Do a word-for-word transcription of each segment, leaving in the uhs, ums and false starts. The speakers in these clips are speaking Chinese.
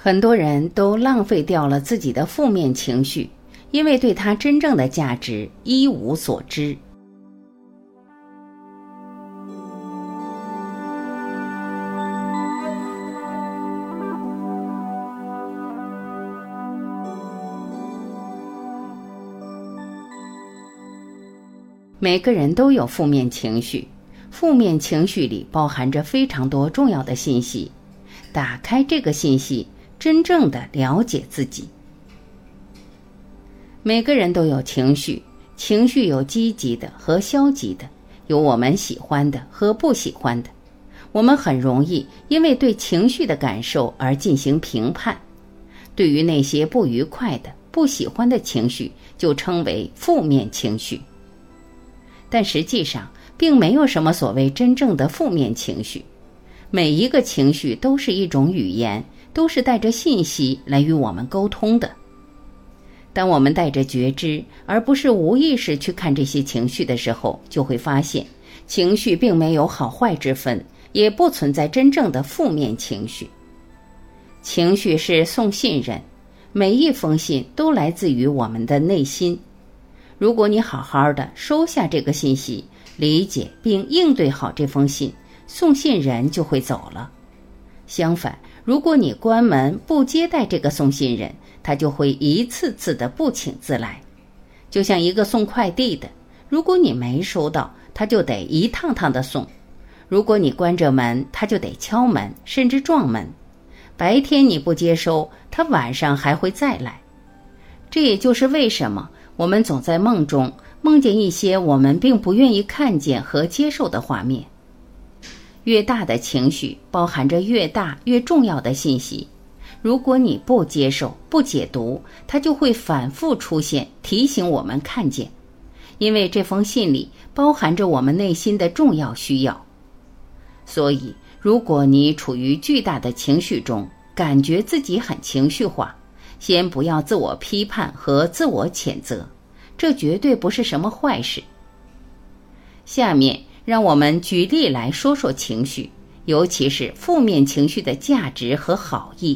很多人都浪费掉了自己的负面情绪，因为对它真正的价值一无所知。每个人都有负面情绪，负面情绪里包含着非常多重要的信息。打开这个信息，真正的了解自己。每个人都有情绪，情绪有积极的和消极的，有我们喜欢的和不喜欢的。我们很容易因为对情绪的感受而进行评判，对于那些不愉快的、不喜欢的情绪，就称为负面情绪。但实际上，并没有什么所谓真正的负面情绪。每一个情绪都是一种语言，都是带着信息来与我们沟通的。当我们带着觉知，而不是无意识去看这些情绪的时候，就会发现，情绪并没有好坏之分，也不存在真正的负面情绪。情绪是送信人，每一封信都来自于我们的内心。如果你好好的收下这个信息，理解并应对好这封信，送信人就会走了。相反，如果你关门不接待这个送信人，他就会一次次的不请自来。就像一个送快递的，如果你没收到，他就得一趟趟的送；如果你关着门，他就得敲门，甚至撞门。白天你不接收，他晚上还会再来。这也就是为什么我们总在梦中梦见一些我们并不愿意看见和接受的画面。越大的情绪包含着越大越重要的信息，如果你不接受、不解读，它就会反复出现，提醒我们看见。因为这封信里包含着我们内心的重要需要。所以，如果你处于巨大的情绪中，感觉自己很情绪化，先不要自我批判和自我谴责，这绝对不是什么坏事。下面让我们举例来说说情绪，尤其是负面情绪的价值和好意。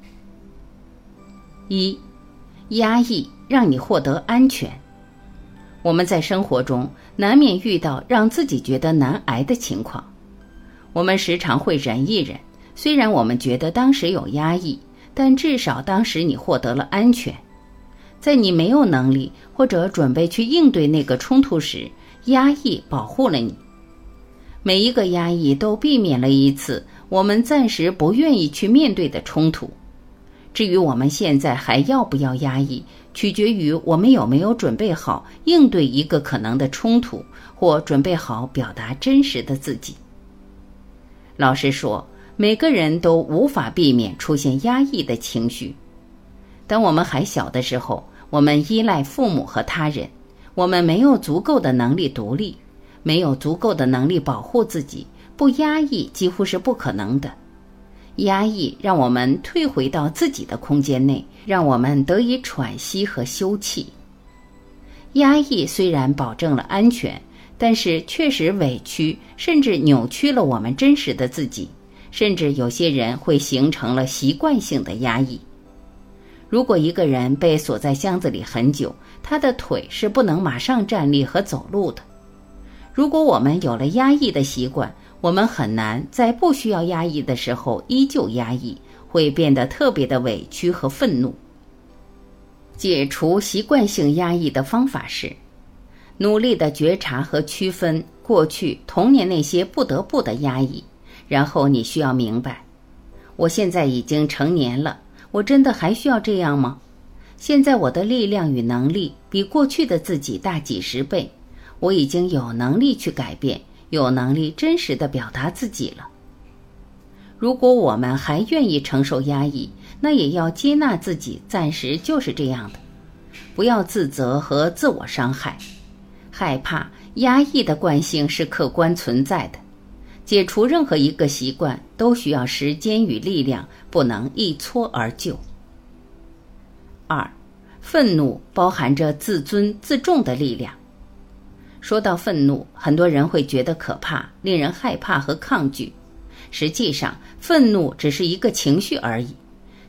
一、压抑让你获得安全。我们在生活中难免遇到让自己觉得难挨的情况，我们时常会忍一忍，虽然我们觉得当时有压抑，但至少当时你获得了安全。在你没有能力或者准备去应对那个冲突时，压抑保护了你。每一个压抑都避免了一次我们暂时不愿意去面对的冲突。至于我们现在还要不要压抑，取决于我们有没有准备好应对一个可能的冲突，或准备好表达真实的自己。老实说，每个人都无法避免出现压抑的情绪。当我们还小的时候，我们依赖父母和他人，我们没有足够的能力独立，没有足够的能力保护自己，不压抑几乎是不可能的。压抑让我们退回到自己的空间内，让我们得以喘息和休憩。压抑虽然保证了安全，但是确实委屈甚至扭曲了我们真实的自己，甚至有些人会形成了习惯性的压抑。如果一个人被锁在箱子里很久，他的腿是不能马上站立和走路的。如果我们有了压抑的习惯，我们很难在不需要压抑的时候依旧压抑，会变得特别的委屈和愤怒。解除习惯性压抑的方法是，努力的觉察和区分过去童年那些不得不的压抑，然后你需要明白，我现在已经成年了，我真的还需要这样吗？现在我的力量与能力比过去的自己大几十倍，我已经有能力去改变，有能力真实地表达自己了。如果我们还愿意承受压抑，那也要接纳自己暂时就是这样的，不要自责和自我伤害。害怕、压抑的惯性是客观存在的，解除任何一个习惯都需要时间与力量，不能一蹴而就。二、愤怒包含着自尊自重的力量。说到愤怒，很多人会觉得可怕，令人害怕和抗拒。实际上，愤怒只是一个情绪而已，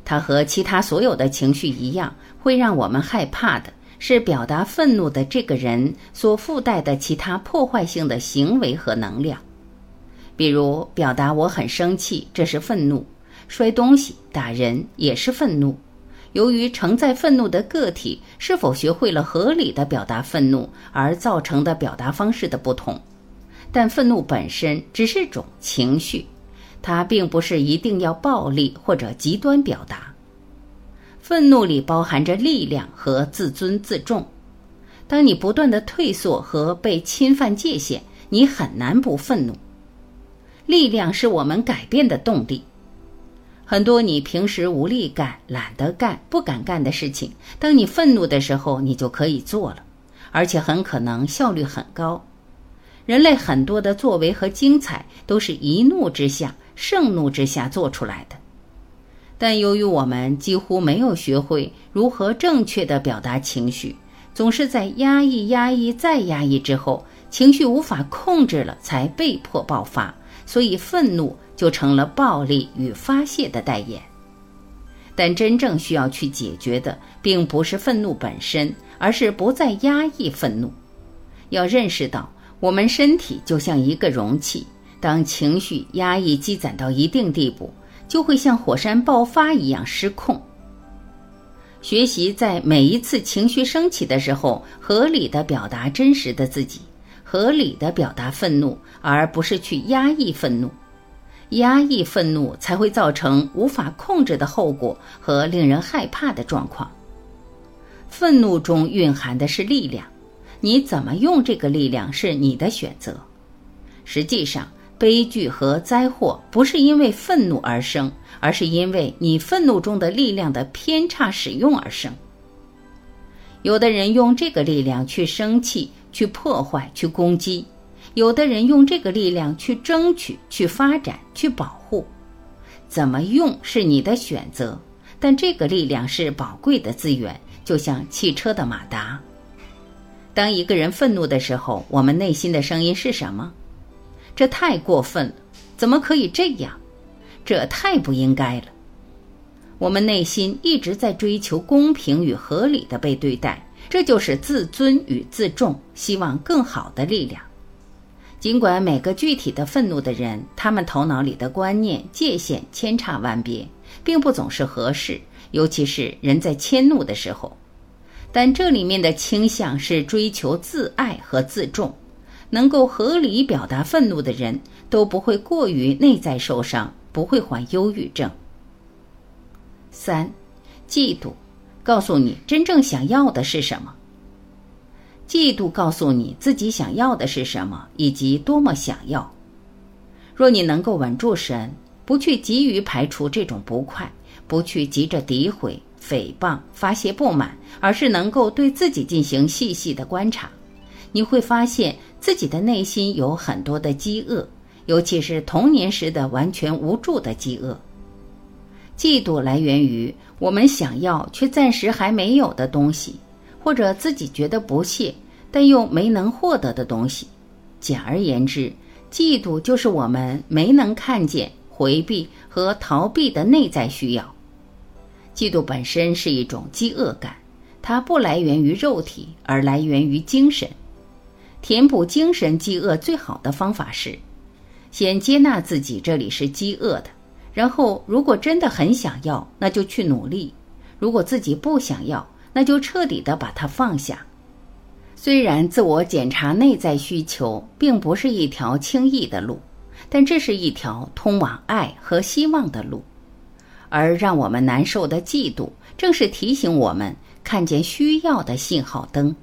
它和其他所有的情绪一样，会让我们害怕的是表达愤怒的这个人所附带的其他破坏性的行为和能量。比如表达我很生气，这是愤怒；摔东西、打人也是愤怒。由于承载愤怒的个体是否学会了合理的表达愤怒而造成的表达方式的不同，但愤怒本身只是种情绪，它并不是一定要暴力或者极端表达。愤怒里包含着力量和自尊自重。当你不断的退缩和被侵犯界限，你很难不愤怒。力量是我们改变的动力。很多你平时无力干、懒得干、不敢干的事情，当你愤怒的时候，你就可以做了，而且很可能效率很高。人类很多的作为和精彩，都是一怒之下、盛怒之下做出来的。但由于我们几乎没有学会如何正确地表达情绪，总是在压抑、压抑再压抑之后，情绪无法控制了，才被迫爆发，所以愤怒就成了暴力与发泄的代言。但真正需要去解决的，并不是愤怒本身，而是不再压抑愤怒。要认识到，我们身体就像一个容器，当情绪压抑积攒到一定地步，就会像火山爆发一样失控。学习在每一次情绪升起的时候，合理地表达真实的自己，合理地表达愤怒，而不是去压抑愤怒。压抑愤怒才会造成无法控制的后果和令人害怕的状况。愤怒中蕴含的是力量，你怎么用这个力量是你的选择。实际上，悲剧和灾祸不是因为愤怒而生，而是因为你愤怒中的力量的偏差使用而生。有的人用这个力量去生气、去破坏、去攻击；有的人用这个力量去争取、去发展、去保护。怎么用是你的选择，但这个力量是宝贵的资源，就像汽车的马达。当一个人愤怒的时候，我们内心的声音是什么？这太过分了，怎么可以这样？这太不应该了。我们内心一直在追求公平与合理的被对待，这就是自尊与自重，希望更好的力量。尽管每个具体的愤怒的人，他们头脑里的观念、界限千差万别，并不总是合适，尤其是人在迁怒的时候。但这里面的倾向是追求自爱和自重。能够合理表达愤怒的人，都不会过于内在受伤，不会患忧郁症。三，嫉妒告诉你真正想要的是什么。嫉妒告诉你自己想要的是什么，以及多么想要。若你能够稳住神，不去急于排除这种不快，不去急着诋毁、诽谤、发泄不满，而是能够对自己进行细细的观察，你会发现自己的内心有很多的饥饿，尤其是童年时的完全无助的饥饿。嫉妒来源于我们想要却暂时还没有的东西，或者自己觉得不屑但又没能获得的东西。简而言之，嫉妒就是我们没能看见、回避和逃避的内在需要。嫉妒本身是一种饥饿感，它不来源于肉体，而来源于精神。填补精神饥饿最好的方法是，先接纳自己这里是饥饿的，然后如果真的很想要，那就去努力；如果自己不想要，那就彻底的把它放下。虽然自我检查内在需求并不是一条轻易的路，但这是一条通往爱和希望的路。而让我们难受的嫉妒，正是提醒我们看见需要的信号灯。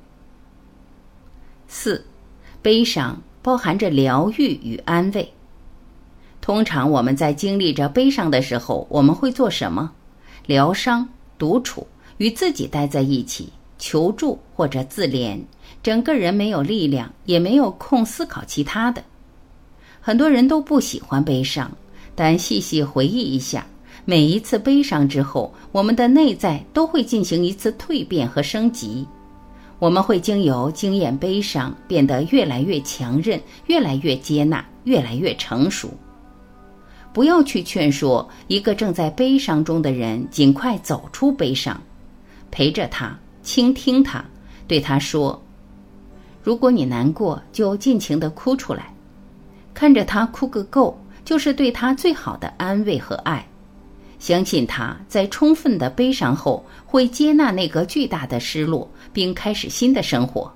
四，悲伤包含着疗愈与安慰。通常我们在经历着悲伤的时候，我们会做什么？疗伤、独处、与自己待在一起、求助或者自怜，整个人没有力量，也没有空思考其他的。很多人都不喜欢悲伤，但细细回忆一下，每一次悲伤之后，我们的内在都会进行一次蜕变和升级。我们会经由经验悲伤，变得越来越强韧，越来越接纳，越来越成熟。 不要去劝说一个正在悲伤中的人尽快走出悲伤，陪着他，倾听他，对他说，如果你难过，就尽情地哭出来，看着他哭个够，就是对他最好的安慰和爱。相信他在充分的悲伤后会接纳那个巨大的失落，并开始新的生活。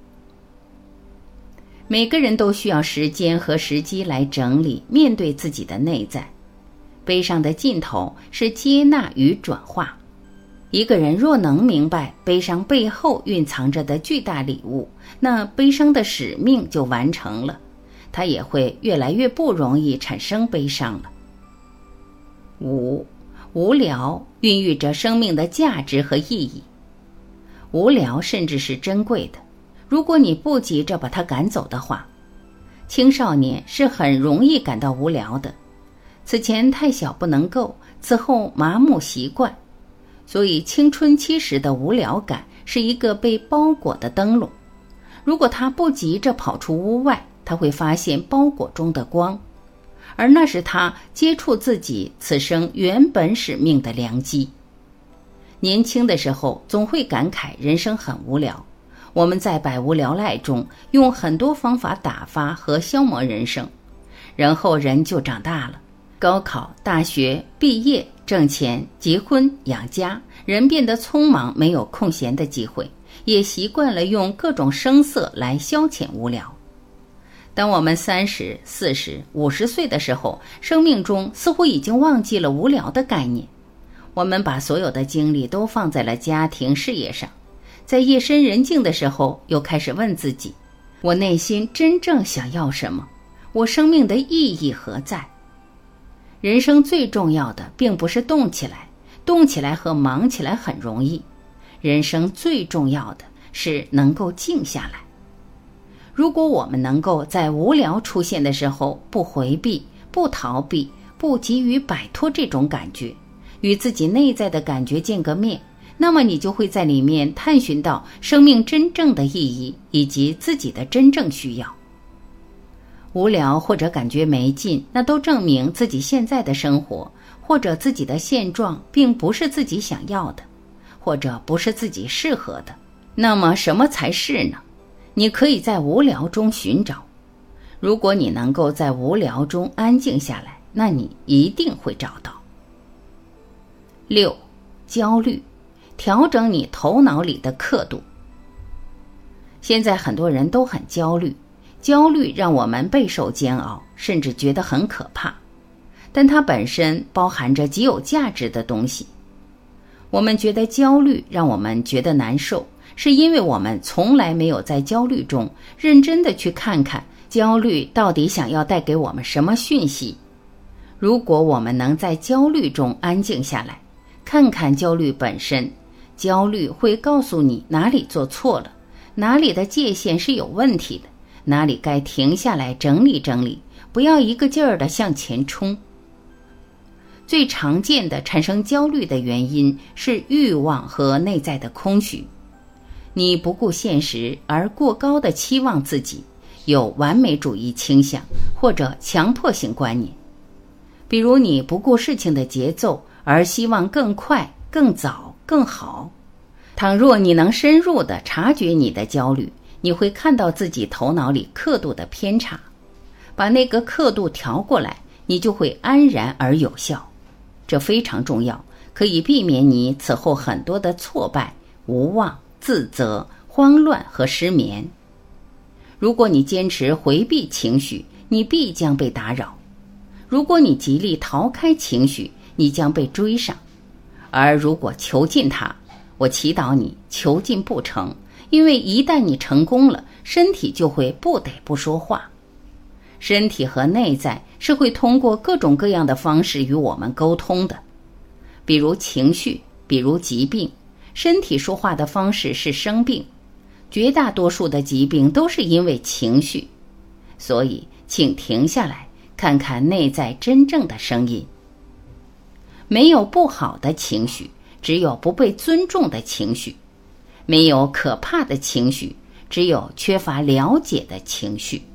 每个人都需要时间和时机来整理面对自己的内在。悲伤的尽头是接纳与转化。一个人若能明白悲伤背后蕴藏着的巨大礼物，那悲伤的使命就完成了，他也会越来越不容易产生悲伤了。五，无聊孕育着生命的价值和意义。无聊甚至是珍贵的，如果你不急着把它赶走的话。青少年是很容易感到无聊的，此前太小不能够，此后麻木习惯，所以青春期时的无聊感是一个被包裹的灯笼。如果他不急着跑出屋外，他会发现包裹中的光，而那是他接触自己此生原本使命的良机。年轻的时候总会感慨人生很无聊，我们在百无聊赖中用很多方法打发和消磨人生，然后人就长大了，高考、大学、毕业、挣钱、结婚、养家，人变得匆忙，没有空闲的机会，也习惯了用各种声色来消遣无聊。当我们三十、四十、五十岁的时候，生命中似乎已经忘记了无聊的概念。我们把所有的精力都放在了家庭、事业上，在夜深人静的时候，又开始问自己：我内心真正想要什么？我生命的意义何在？人生最重要的并不是动起来，动起来和忙起来很容易。人生最重要的是能够静下来。如果我们能够在无聊出现的时候不回避、不逃避、不急于摆脱这种感觉，与自己内在的感觉见个面，那么你就会在里面探寻到生命真正的意义以及自己的真正需要。无聊或者感觉没劲，那都证明自己现在的生活或者自己的现状并不是自己想要的，或者不是自己适合的。那么什么才是呢？你可以在无聊中寻找。如果你能够在无聊中安静下来，那你一定会找到。六，焦虑，调整你头脑里的刻度。现在很多人都很焦虑，焦虑让我们备受煎熬，甚至觉得很可怕，但它本身包含着极有价值的东西。我们觉得焦虑让我们觉得难受，是因为我们从来没有在焦虑中认真的去看看焦虑到底想要带给我们什么讯息。如果我们能在焦虑中安静下来，看看焦虑本身，焦虑会告诉你哪里做错了，哪里的界限是有问题的，哪里该停下来整理整理，不要一个劲儿地向前冲。最常见的产生焦虑的原因是欲望和内在的空虚。你不顾现实而过高的期望自己，有完美主义倾向或者强迫性观念。比如你不顾事情的节奏而希望更快、更早、更好。倘若你能深入地察觉你的焦虑，你会看到自己头脑里刻度的偏差，把那个刻度调过来，你就会安然而有效。这非常重要，可以避免你此后很多的挫败、无望、自责、慌乱和失眠。如果你坚持回避情绪，你必将被打扰；如果你极力逃开情绪，你将被追上。而如果囚禁它，我祈祷你囚禁不成，因为一旦你成功了，身体就会不得不说话。身体和内在是会通过各种各样的方式与我们沟通的，比如情绪，比如疾病。身体说话的方式是生病，绝大多数的疾病都是因为情绪。所以请停下来，看看内在真正的声音。没有不好的情绪，只有不被尊重的情绪；没有可怕的情绪，只有缺乏了解的情绪。